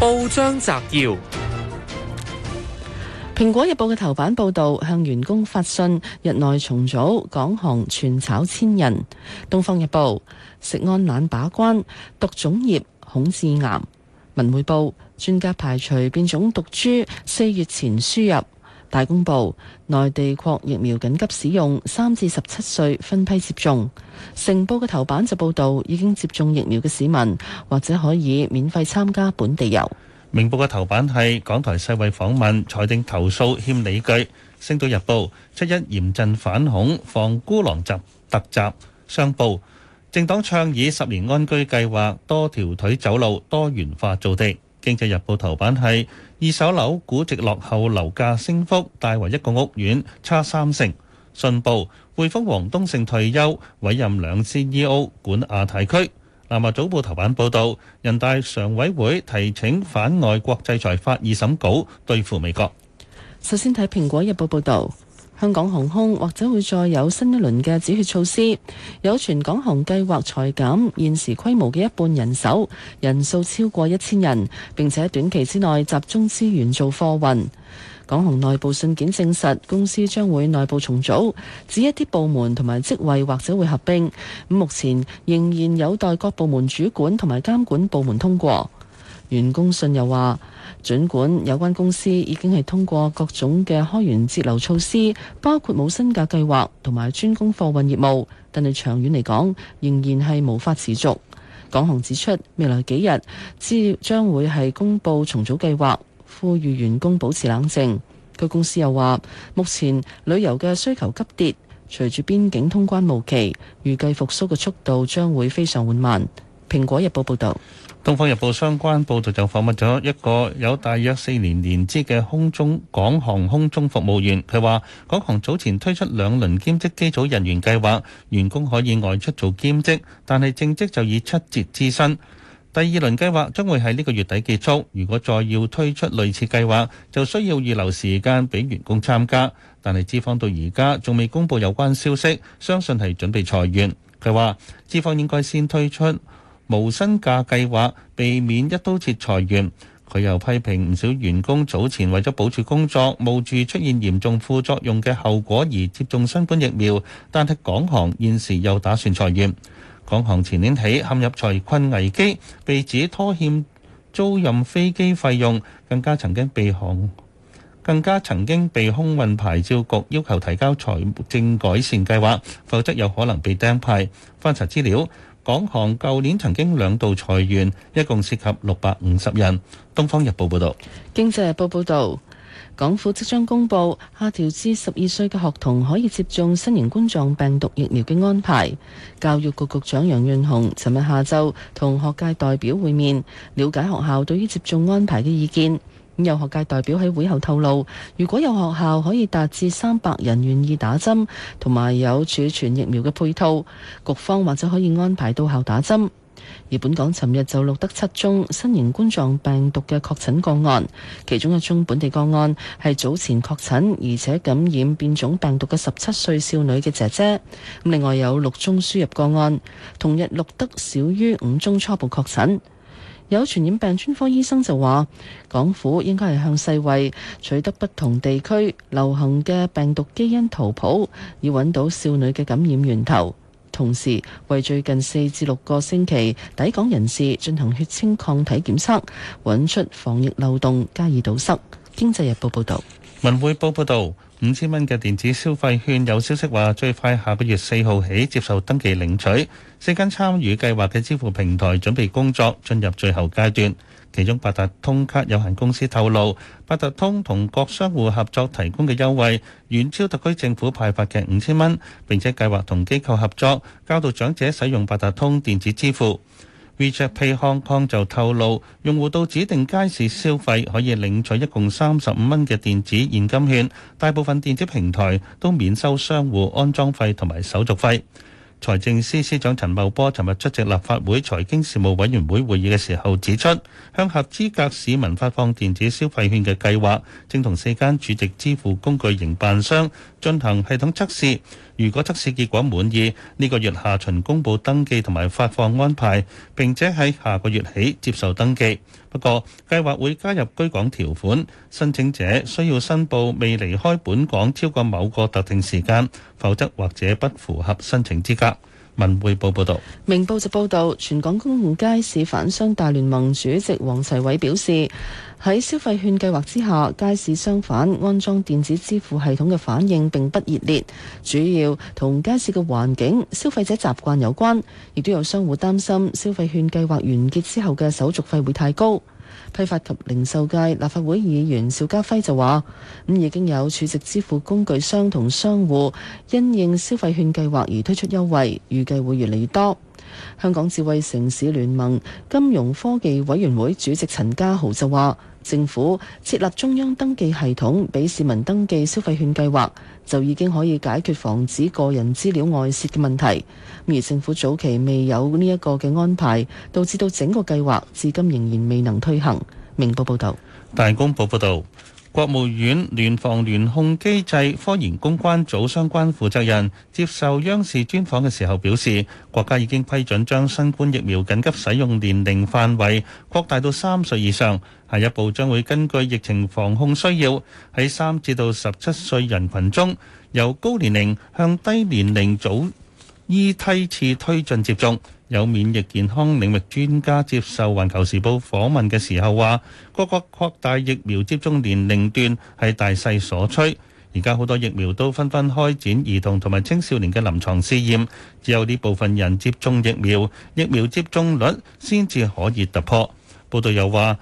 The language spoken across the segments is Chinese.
報章摘要： 蘋果日報嘅頭版報道，向員工發信，日內重組，港航全炒1000人。東方日報，食安懶把關，毒種業恐致癌。文匯報，專家排除變種毒株，4月前輸入。大公報，內地擴疫苗緊急使用，3至17歲分批接種。成報嘅頭版就報道，已經接種疫苗嘅市民或者可以免費參加本地遊。 明報嘅頭版係港台世衛訪問，裁定投訴欠理據。星島日報，7·1嚴陣反恐，防孤狼突襲。商報，政黨倡議10年安居計劃，多條腿走路，多元化造地。經濟日報頭版係二手樓估值落後，樓價升幅大為一個屋苑差3成。信報，匯豐王冬勝退休，委任兩 CEO 管亞太區。南華早報頭版報導，人大常委會提請反外國制裁法二審稿對付美國。 首先睇蘋果日報報導。香港航空或者會再有新一輪嘅止血措施，有全港航計劃裁減現時規模嘅一半人手，人數超過1000人，並且短期之內集中資源做貨運。港航內部信件證實，公司將會內部重組，指一啲部門同埋職位或者會合併。目前仍然有待各部門主管同埋監管部門通過。員工信又話，儘管有關公司已經係通過各種嘅開源節流措施，包括冇薪假計劃同埋專攻貨運業務，但係長遠嚟講，仍然係無法持續。港航指出，未來幾日將會係公佈重組計劃，呼籲員工保持冷靜。該公司又話，目前旅遊嘅需求急跌，隨住邊境通關無期，預計復甦嘅速度將會非常緩慢。蘋果日報報導。 《東方日報》相關報導就訪問咗一個有大約4年年資嘅港航空中服務員，佢話港航早前推出2輪兼職機組人員計劃，員工可以外出做兼職，但係正職就以7折支薪。第2輪計劃將會喺呢個月底結束，如果再要推出類似計劃，就需要預留時間俾員工參加。但係資方到而家仲未公佈有關消息，相信係準備裁員。佢話資方應該先推出無薪假計劃，避免一刀切裁員。佢又批評唔少員工早前為咗保住工作，冒住出現嚴重副作用嘅後果而接種新冠疫苗，但係港航現時又打算裁員。港航前年起陷入財困危機，被指拖欠租賃飛機費用，更加曾經被空運牌照局要求提交財政改善計劃，否則有可能被釘牌。翻查資料，港航舊年曾經2度裁員，一共涉及650人。《東方日報》報導，《 經濟日報》報導，港府即將公布下調至12歲嘅學童可以接種新型冠狀病毒疫苗嘅安排。教育局局長楊潤雄尋日下晝同學界代表會面，了解學校對於接種安排嘅意見。有學界代表喺會後透露，如果有學校可以達至300人願意打針，同埋有儲存疫苗嘅配套，局方或者可以安排到校打針。而本港尋日就錄得7宗新型冠狀病毒嘅確診個案，其中1宗本地個案係早前確診而且感染變種病毒嘅17歲少女嘅姐姐。另外有6宗輸入個案，同日錄得少於5宗初步確診。有傳染病專科醫生就話，港府應該係向世衛取得不同地區流行嘅病毒基因圖譜，以揾到少女嘅感染源頭。同時為最近4至6個星期抵港人士進行血清抗體檢測，揾出防疫漏洞加以堵塞。經濟日報報導。 文匯報報導，5000蚊嘅電子消費券有消息話，最快下個月4號起接受登記領取。4間參與計劃嘅支付平台準備工作進入最後階段。其中八達通卡有限公司透露，八達通同各商戶合作提供嘅優惠遠超特區政府派發嘅5000蚊，並且計劃同機構合作，教導長者使用八達通電子支付。WeChat Pay Hong Kong 就透露，用戶到指定街市消費可以領取一共35蚊嘅電子現金券，大部分電子平台都免收商戶安裝費同埋手續費。財政司司長陳茂波尋日出席立法會財經事務委員會會議嘅時候指出，向合資格市民發放電子消費券嘅計劃正同4間儲值支付工具營辦商進行系統測試， 如果測試結果滿意，呢個月下旬公佈登記同埋發放安排，並且喺下個月起接受登記。不過，計劃會加入居港條款，申請者需要申報未離開本港超過某個特定時間，否則或者不符合申請資格。文匯報報道。 明報就報導，全港公共街市販商大聯盟主席黃齊偉表示，喺消費券計劃之下，街市商販安裝電子支付系統嘅反應並不熱烈，主要同街市嘅環境、消費者習慣有關，亦都有商戶擔心消費券計劃完結之後嘅手續費會太高。批發及零售界立法會議員邵家輝就話：已經有儲值支付工具商同商戶因應消費券計劃而推出優惠，預計會越嚟越多。香港智慧城市聯盟金融科技委員會主席陳家豪就話：政府設立中央登記系統俾市民登記消費券計劃，就已經可以解決防止個人資料外泄嘅問題。而政府早期未有呢一個嘅安排，導致到整個計劃至今仍然未能推行。明報報道。 大公報報導。國務院聯防聯控機制科研公關組相關負責人接受央視專訪嘅時候表示，國家已經批准將新冠疫苗緊急使用年齡範圍擴大到3歲以上，下一步將會根據疫情防控需要，喺3至到17歲人群中，由高年齡向低年齡組依梯次推進接種。有免疫健康領域專家接受《環球時報》訪問嘅時候話，各國擴大疫苗接種年齡段係大勢所趨。而家好多疫苗都紛紛開展兒童同埋青少年嘅臨床試驗，只有呢部分人接種疫苗，疫苗接種率先至可以突破。報道又話，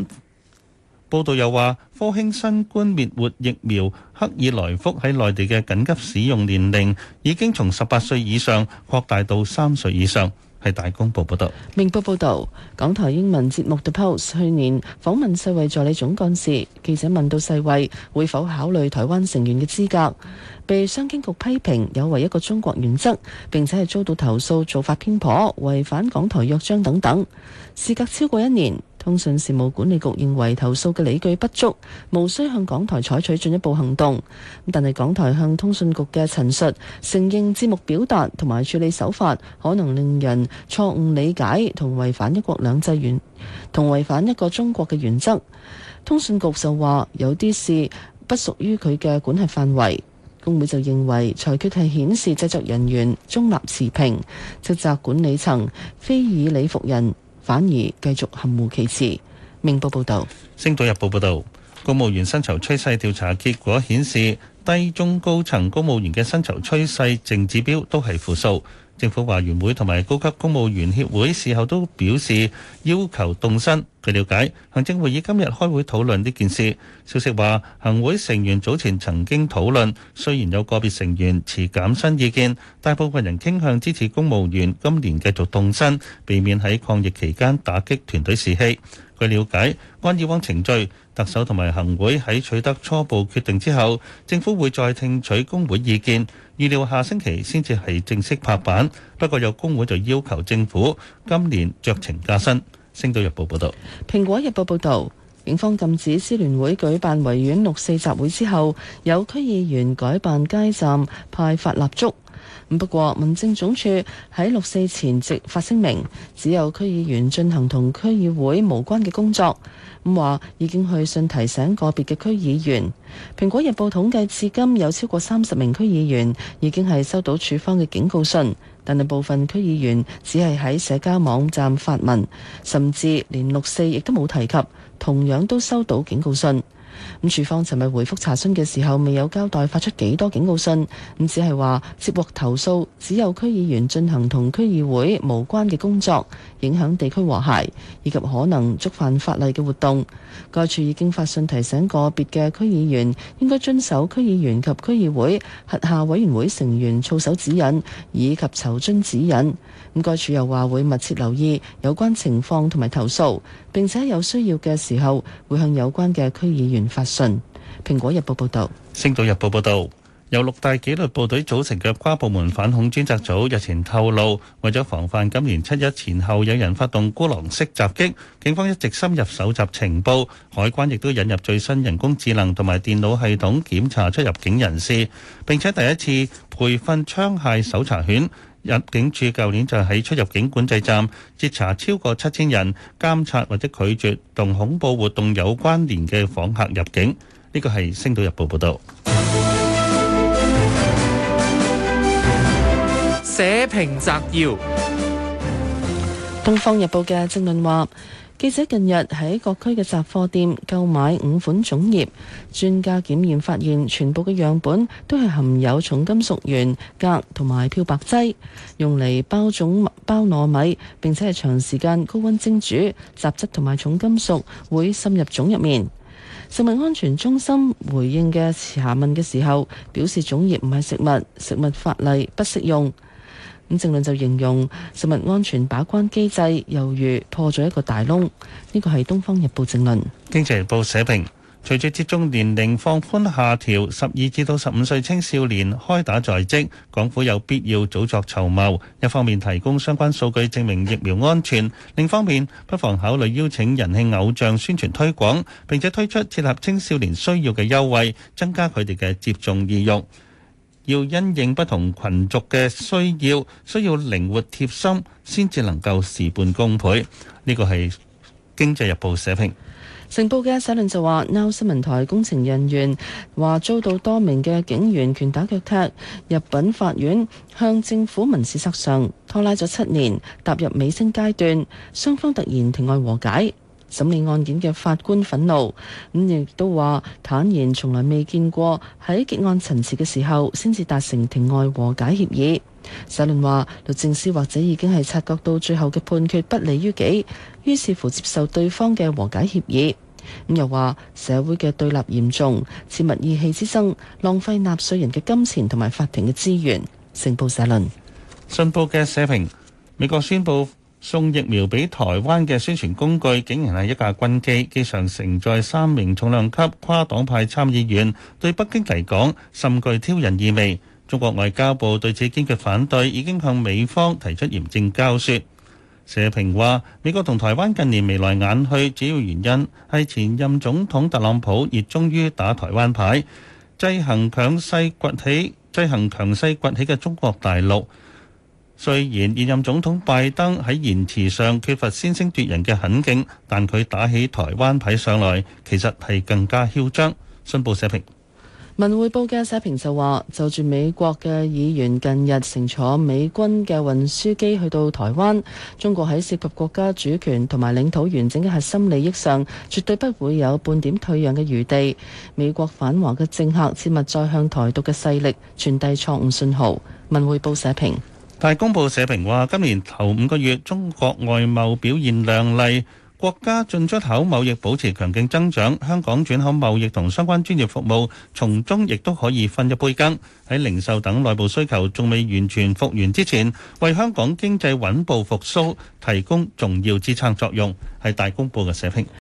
科興新冠滅活疫苗克爾來福喺內地嘅緊急使用年齡已經從18歲以上擴大到3歲以上。係大公報報道。 明報報道，港台英文節目 The Post 去年訪問世衛助理總幹事，記者問到世衛會否考慮台灣成員嘅資格，被商經局批評有違一個中國原則，並且係遭到投訴做法偏頗、違反港台約章等等。事隔超過1年，通訊事務管理局認為投訴嘅理據不足，無需向港台採取進一步行動。但係港台向通訊局嘅陳述，承認節目表達同埋處理手法可能令人錯誤理解同違反一國兩制同違反一個中國嘅原則。通訊局就話有啲事不屬於佢嘅管轄範圍。工會就認為裁決係顯示製作人員中立持平，斥責管理層非以理服人，反而繼續含糊其辭。明報報道。 星島日報報道，公務員薪酬趨勢調查結果顯示，低中高層公務員嘅薪酬趨勢淨指標都係負數。政府華員會同埋高級公務員協會事後都表示要求凍薪。據了解，行政會議今日開會討論呢件事。消息話，行會成員早前曾經討論，雖然有個別成員持減薪意見，大部分人傾向支持公務員今年繼續凍薪，避免喺抗疫期間打擊團隊士氣。據了解，按以往程序，特首同埋行會喺取得初步決定之後，政府會再聽取工會意見，預料下星期先至係正式拍板。不過有工會就要求政府今年酌情加薪。星島日報報道。 蘋果日報報道，警方禁止支聯會舉辦維園6·4集會之後，有區議員改辦街站派發蠟燭。不過民政總署喺6·4前夕發聲明，只有區議員進行同區議會無關嘅工作。話已經去信提醒個別嘅區議員。蘋果日報統計至今有超過30名區議員已經係收到處方嘅警告信，但係部分區議員只係喺社交網站發文，甚至連6·4亦都冇提及，同樣都收到警告信。署方尋日回覆查詢嘅時候，未有交代發出幾多警告信，只係話接獲投訴，只有區議員進行同區議會無關嘅工作，影響地區和諧，以及可能觸犯法例嘅活動。該處已經發信提醒個別嘅區議員應該遵守區議員及區議會轄下委員會成員操守指引以及酬津指引。該處又話會密切留意有關情況同埋投訴，並且有需要嘅時候會向有關嘅區議員發信。蘋果日報報道。 星島日報報道， 由6大紀律部隊組成嘅跨部門反恐專責組日前透露，為咗防範今年7·1前後有人發動孤狼式襲擊，警方一直深入搜集情報，海關亦都引入最新人工智能同埋電腦系統檢查出入境人士，並且第一次培訓槍械搜查犬。入境處舊年就喺出入境管制站截查超過7000人，監察或者拒絕同恐怖活動有關聯嘅訪客入境。呢個係《星島日報》報導。 社評摘要：《 東方日報》嘅正論話，記者近日喺各區嘅雜貨店購買5款粽葉，專家檢驗發現全部嘅樣本都係含有重金屬鉛、鎘同埋漂白劑，用嚟包粽包糯米，並且係長時間高溫蒸煮，雜質同埋重金屬會滲入粽入面。食物安全中心回應嘅查問嘅時候，表示粽葉唔係食物，食物法例不適用。咁政論就形容食物安全把關機制猶如破咗一個大窿。呢個係《東方日報》政論。 經濟日報社評：隨住接種年齡放寬下調，12至到15歲青少年開打在即，港府有必要早作籌謀。一方面提供相關數據證明疫苗安全，另一方面不妨考慮邀請人氣偶像宣傳推廣，並且推出切合青少年需要嘅優惠，增加佢哋嘅接種意欲。要因應不同群族嘅需要靈活貼心，先至能夠事半功倍。呢個係《經濟日報》社評。 成報嘅社論就話，Now 新聞台工程人員話遭到多名嘅警員拳打腳踢，入稟法院向政府民事索償，拖拉咗7年，踏入尾聲階段，雙方突然庭外和解。審理案件嘅法官憤怒，亦都話坦言從來未見過喺結案陳詞嘅時候先至達成庭外和解協議。社論話律政司或者已經係察覺到最後嘅判決不利於己，於是乎接受對方嘅和解協議。又話社會嘅對立嚴重，切勿意氣之爭，浪費納稅人嘅金錢同埋法庭嘅資源。成報社論。 信報嘅社評：美國宣布送疫苗俾台灣嘅宣傳工具，竟然係一架軍機，機上承載3名重量級跨黨派參議員，對北京嚟講甚具挑釁意味。中國外交部對此堅決反對，已經向美方提出嚴正交涉。社評話，美國同台灣近年眉來眼去，主要原因係前任總統特朗普熱衷於打台灣牌，制衡強勢崛起嘅中國大陸。雖然現任總統拜登喺言辭上缺乏先聲奪人嘅狠勁，但佢打起台灣牌上來，其實係更加囂張。信報社評。 文匯報嘅社評就話，就住美國嘅議員近日乘坐美軍嘅運輸機去到台灣，中國喺涉及國家主權同埋領土完整嘅核心利益上，絕對不會有半點退讓嘅餘地。美國反華嘅政客切勿再向台獨嘅勢力傳遞錯誤信號。文匯報社評。 大公報社評話，今年頭5個月，中國外貿表現亮麗，國家進出口貿易保持強勁增長，香港轉口貿易同相關專業服務從中亦都可以分一杯羹。喺零售等內部需求仲未完全復原之前，為香港經濟穩步復甦提供重要支撐作用，係大公報嘅社評。